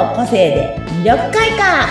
の個性で魅力開花。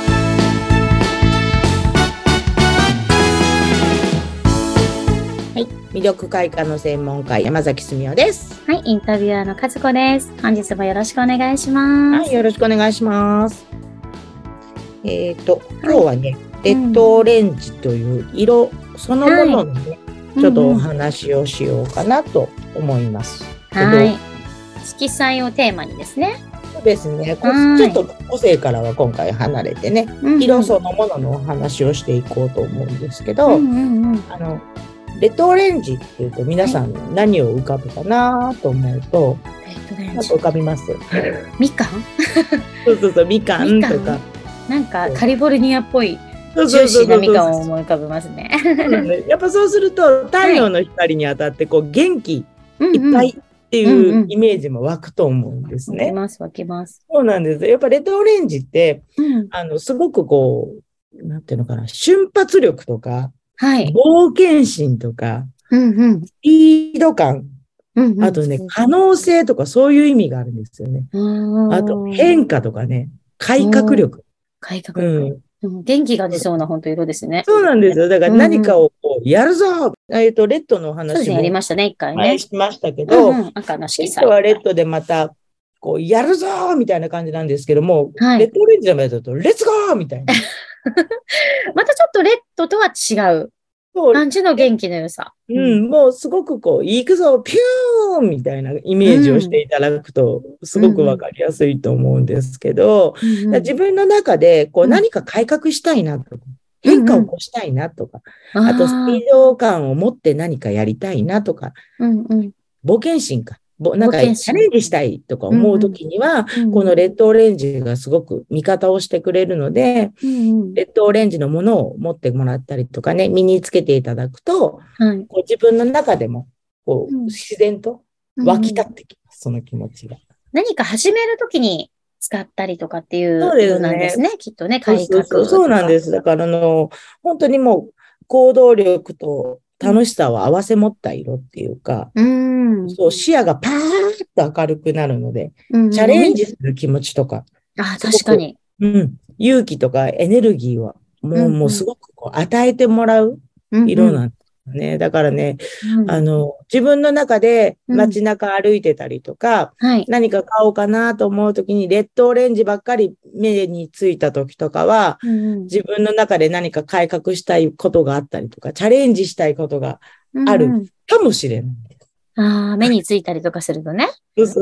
はい、魅力開花の専門家山崎澄夫です。 はい、インタビュアーの和子です。本日もよろしくお願いします。 はい、よろしくお願いします。今日はね、レッドオレンジという色そのもののね、ちょっとお話をしようかなと思いますけど、 はい、色彩をテーマにですね。 そうですね。ちょっと個性からは今回離れてね、色そのもののお話をしていこうと思うんですけど、レッドオレンジっていうと皆さん何を浮かぶかなと思うと、なんか浮かびます？ みかん？ そう、みかんとか。 なんかカリフォルニアっぽいジューシーなみかんを思い浮かべますね。 やっぱそうすると太陽の光に当たってこう元気いっぱいっていうイメージも湧くと思うんですね。 湧きます。 そうなんです。やっぱレッドオレンジって、すごくこう、なんていうのかな、瞬発力とか、冒険心とか、スピード感、あとね、可能性とかそういう意味があるんですよね。あと変化とかね、改革力。 元気が出そうな本当色ですね。 そうなんですよ。だから何かをこうやるぞ、レッドの話もやりましたね、一回ね。 しましたけど、 赤の色彩。 レッドはレッドでまた、こうやるぞみたいな感じなんですけども、レッドオレンジの場合だと、レッツゴーみたいな。 またちょっとレッドとは違う感じの元気の良さ。 もうすごくこう、行くぞ、ピューンみたいなイメージをしていただくと、すごくわかりやすいと思うんですけど、自分の中でこう何か改革したいなとか、変化を起こしたいなとか、あとスピード感を持って何かやりたいなとか、冒険心か。なんかチャレンジしたいとか思うときには、このレッドオレンジがすごく味方をしてくれるので、レッドオレンジのものを持ってもらったりとかね、身につけていただくと、こう自分の中でもこう自然と湧き立ってきます、その気持ちが。 何か始めるときに使ったりとかっていう色なんですね、きっとね、改革とか。 そうなんです。だから本当にもう行動力と楽しさを合わせ持った色っていうか、そう視野がパーッと明るくなるので、チャレンジする気持ちとか、 確かに。 勇気とかエネルギーはもうすごくこう与えてもらう色なんですね。だからね、自分の中で街中歩いてたりとか、何か買おうかなと思うときに、レッドオレンジばっかり目についたときとかは、自分の中で何か改革したいことがあったりとか、チャレンジしたいことがあるかもしれない。 目についたりとかするとね。 そう。 レ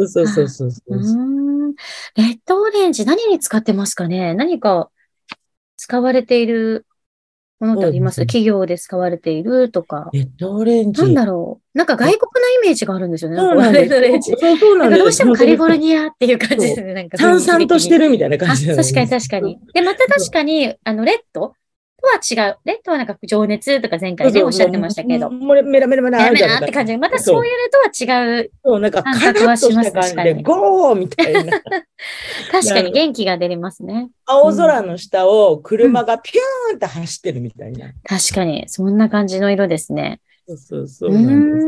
ッドオレンジ何に使ってますかね？何か使われているものってあります？企業で使われているとか。 レッドオレンジ。 なんだろう。なんか外国のイメージがあるんですよね。 そうなんです。そうなんです。 どうしてもカリフォルニアっていう感じですね。なんか淡々としてるみたいな感じ確かに。で、また確かに、レッドとは違う。レッドはなんか情熱とか前回ね、おっしゃってましたけど。 メラメラって感じ。またそういうのとは違う。 そう、なんかカラッとした感じで、ゴーみたいな。 確かに元気が出れますね。 青空の下を車がピューンって走ってるみたいな。 確かに、そんな感じの色ですね。 そうなんです。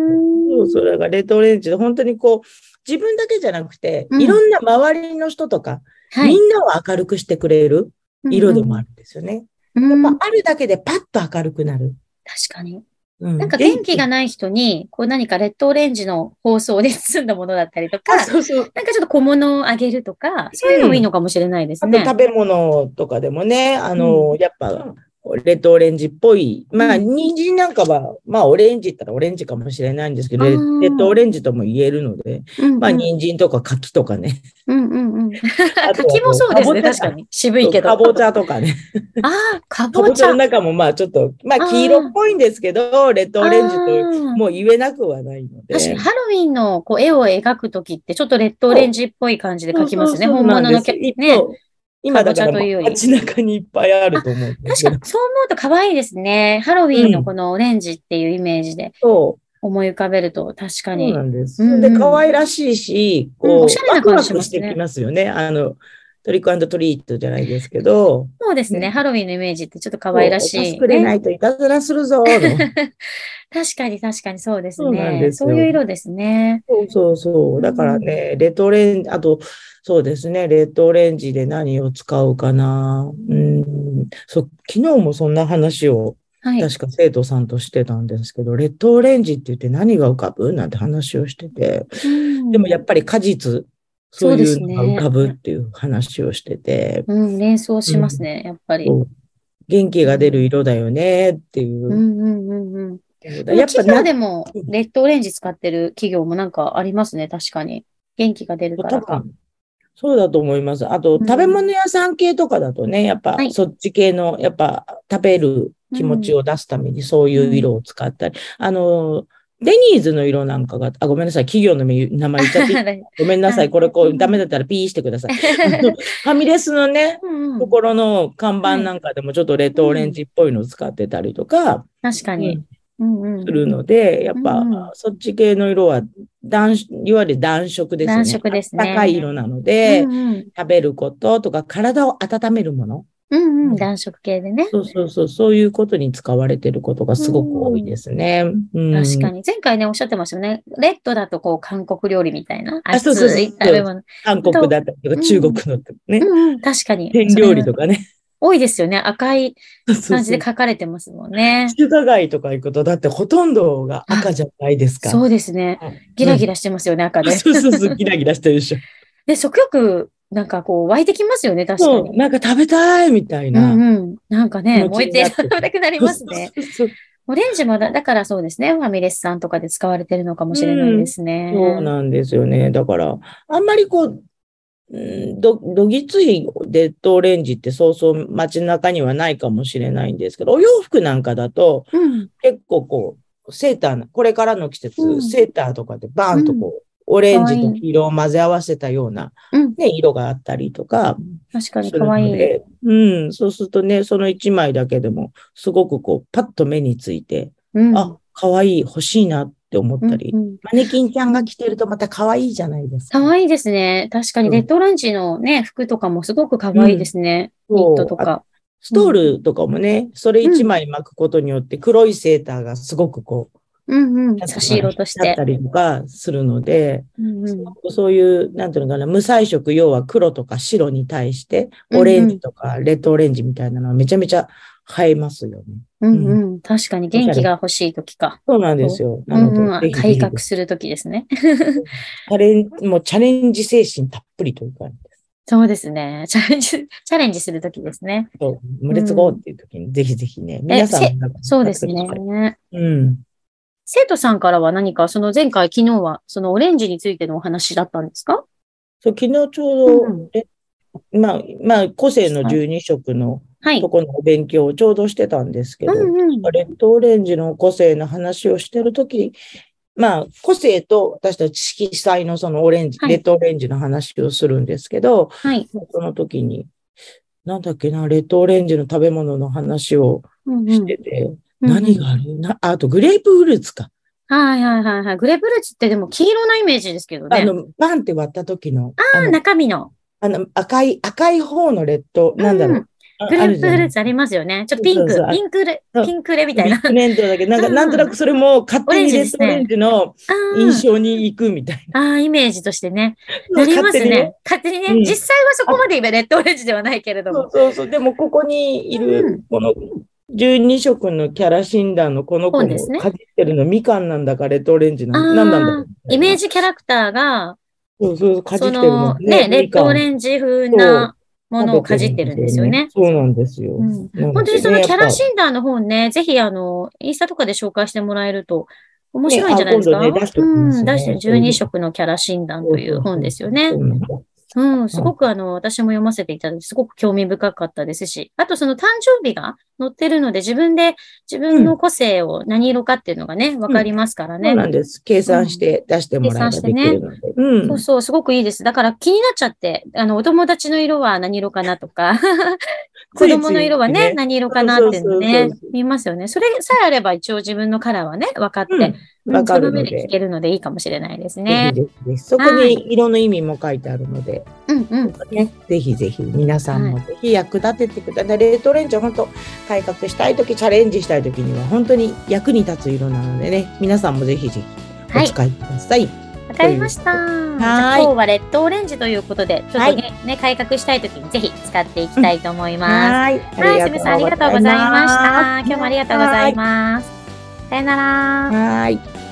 それがレッドオレンジで、本当にこう、自分だけじゃなくて、いろんな周りの人とか、みんなを明るくしてくれる色でもあるんですよね。やっぱあるだけでパッと明るくなる。 確かに。なんか元気がない人に、こう何かレッドオレンジの包装で包んだものだったりとか、なんかちょっと小物をあげるとか、そういうのもいいのかもしれないですね。 あと食べ物とかでもね、やっぱ、レッドオレンジっぽい。人参なんかは、オレンジって言ったらオレンジかもしれないんですけど、レッドオレンジとも言えるので、人参とか柿とかね。 柿もそうですね、確かに。渋いけど。 かぼちゃとかね。 かぼちゃの中もちょっと、黄色っぽいんですけど、レッドオレンジともう言えなくはないので。 確かに、ハロウィンの絵を描くときって、ちょっとレッドオレンジっぽい感じで描きますね。本物のね。 今だから街中にいっぱいあると思う。 確かに、そう思うと可愛いですね。ハロウィンのこのオレンジっていうイメージで。思い浮かべると、確かに。 そうなんです。で、可愛らしいし、 おしゃれな感じしますね。 ワクワクしてきますよね。 トリック&トリートじゃないですけど。 そうですね。ハロウィンのイメージってちょっと可愛らしい、ね。 作れないといたずらするぞ、の。 確かにそうですそうなんでね。 すよ。 そういう色ですね。 そう。だからね、レッドオレンジ、あと、そうですね、レッドオレンジで何を使うかな。昨日もそんな話を、確か生徒さんとしてたんですけど、レッドオレンジって言って何が浮かぶなんて話をしてて、でもやっぱり果実、そういうのが浮かぶっていう話をしてて。 連想しますね、やっぱり。 元気が出る色だよねっていう。 やっぱ企業でもレッドオレンジ使ってる企業もなんかありますね、確かに。元気が出るからか。 そうだと思います。あと、食べ物屋さん系とかだとね、やっぱそっち系の、やっぱ食べる気持ちを出すためにそういう色を使ったり、デニーズの色なんかが、ごめんなさい、企業の名前言っちゃっていいごめんなさい、これダメだったらピーしてください。ファミレスのね、ところの看板なんかでもちょっとレッドオレンジっぽいのを使ってたりとか、 確かに。 するので、やっぱ、そっち系の色は、いわゆる暖色ですよね。 暖色ですね。 高い色なので、食べることとか、体を温めるもの。 暖色系でね。 そういうことに使われていることがすごく多いですね。 確かに。前回ね、おっしゃってましたよね。レッドだと韓国料理みたいな。熱い食べ物。 韓国だったりとか、中国のね。 確かに。 天料理とかね。 多いですよね。赤い感じで書かれてますもんね。 中華街とか行くと、だってほとんどが赤じゃないですか。 そうですね。ギラギラしてますよね、赤で。 ギラギラしてるでしょ。 で、食欲、なんか湧いてきますよね、確かに。 なんか食べたいみたいな。 なんかね、燃えて食べたくなりますね。オレンジもだからそうですね。ファミレスさんとかで使われてるのかもしれないですね。 そうなんですよね。だから、あんまりどぎついレッドオレンジってそうそう街中にはないかもしれないんですけど、お洋服なんかだと、結構セーター、これからの季節、セーターとかでバーンとオレンジと黄色を混ぜ合わせたような、ね、色があったりとか。 確かに可愛い。 そうするとね、その一枚だけでも、すごくパッと目について、可愛い、欲しいなって思ったり、マネキンちゃんが着てるとまた可愛いじゃないですか。 可愛いですね。確かに、レッドオレンジのね、服とかもすごく可愛いですね。ニットとか。 ストールとかもね、それ一枚巻くことによって黒いセーターがすごく差し色として。 だったりとかするので、そういう、なんていうのかな、無彩色、要は黒とか白に対して、オレンジとかレッドオレンジみたいなのはめちゃめちゃ映えますよね。 確かに元気が欲しい時か。 そうなんですよ。 なので、改革する時ですね。 もうチャレンジ精神たっぷりという感じです。 そうですね。チャレンジする時ですね。 そう、レッツゴーっていう時に、ぜひぜひね、皆さんそうですね。生徒さんからは何か、その前回、昨日は、そのオレンジについてのお話だったんですか？ そう、昨日ちょうど、個性の12色のとこのお勉強をちょうどしてたんですけど、レッドオレンジの個性の話をしてるとき、個性と私たち色彩のそのオレンジ、レッドオレンジの話をするんですけど、その時に、なんだっけな、レッドオレンジの食べ物の話をしてて、何がある？あとグレープフルーツか。 はい。グレープフルーツってでも黄色なイメージですけどね。 バンって割った時の。 中身の。 赤い方のレッド、なんだろう。 グレープフルーツありますよね。ちょっとピンクレみたいな。 ピンクレンドだけど、なんとなくそれも勝手にレッドオレンジの印象に行くみたいな。 イメージとしてね。なりますね。勝手にね。実際はそこまでレッドオレンジではないけれども。 そう。でもここにいる、この12色のキャラ診断のこの子もかじってるのみかんなんだかレッドオレンジなんだろう。 イメージキャラクターが、 かじってるのね、レッドオレンジ風なものをかじってるんですよね。 そうなんですよ。 本当にそのキャラ診断の本ね、ぜひインスタとかで紹介してもらえると面白いんじゃないですか？出してる12色のキャラ診断という本ですよね。すごく私も読ませていただいて、すごく興味深かったですし、あとその誕生日が載ってるので、自分の個性を何色かっていうのがね、わかりますからね。 そうなんです。計算して出してもらえばできるので。 そう、すごくいいです。だから気になっちゃって、お友達の色は何色かなとか、 子供の色はね、何色かなっていうのね、見ますよね。それさえあれば一応自分のカラーはね、分かって、その上で聞けるのでいいかもしれないですね。 そこに色の意味も書いてあるので、ぜひぜひ皆さんもぜひ役立ててください。レッドオレンジは本当改革したいとき、チャレンジしたいときには本当に役に立つ色なのでね、皆さんもぜひぜひお使いください。 わかりました。今日はレッドオレンジということで、ちょっとね、改革したいときにぜひ使っていきたいと思います。はい、すみさんありがとうございました。今日もありがとうございます。さよなら。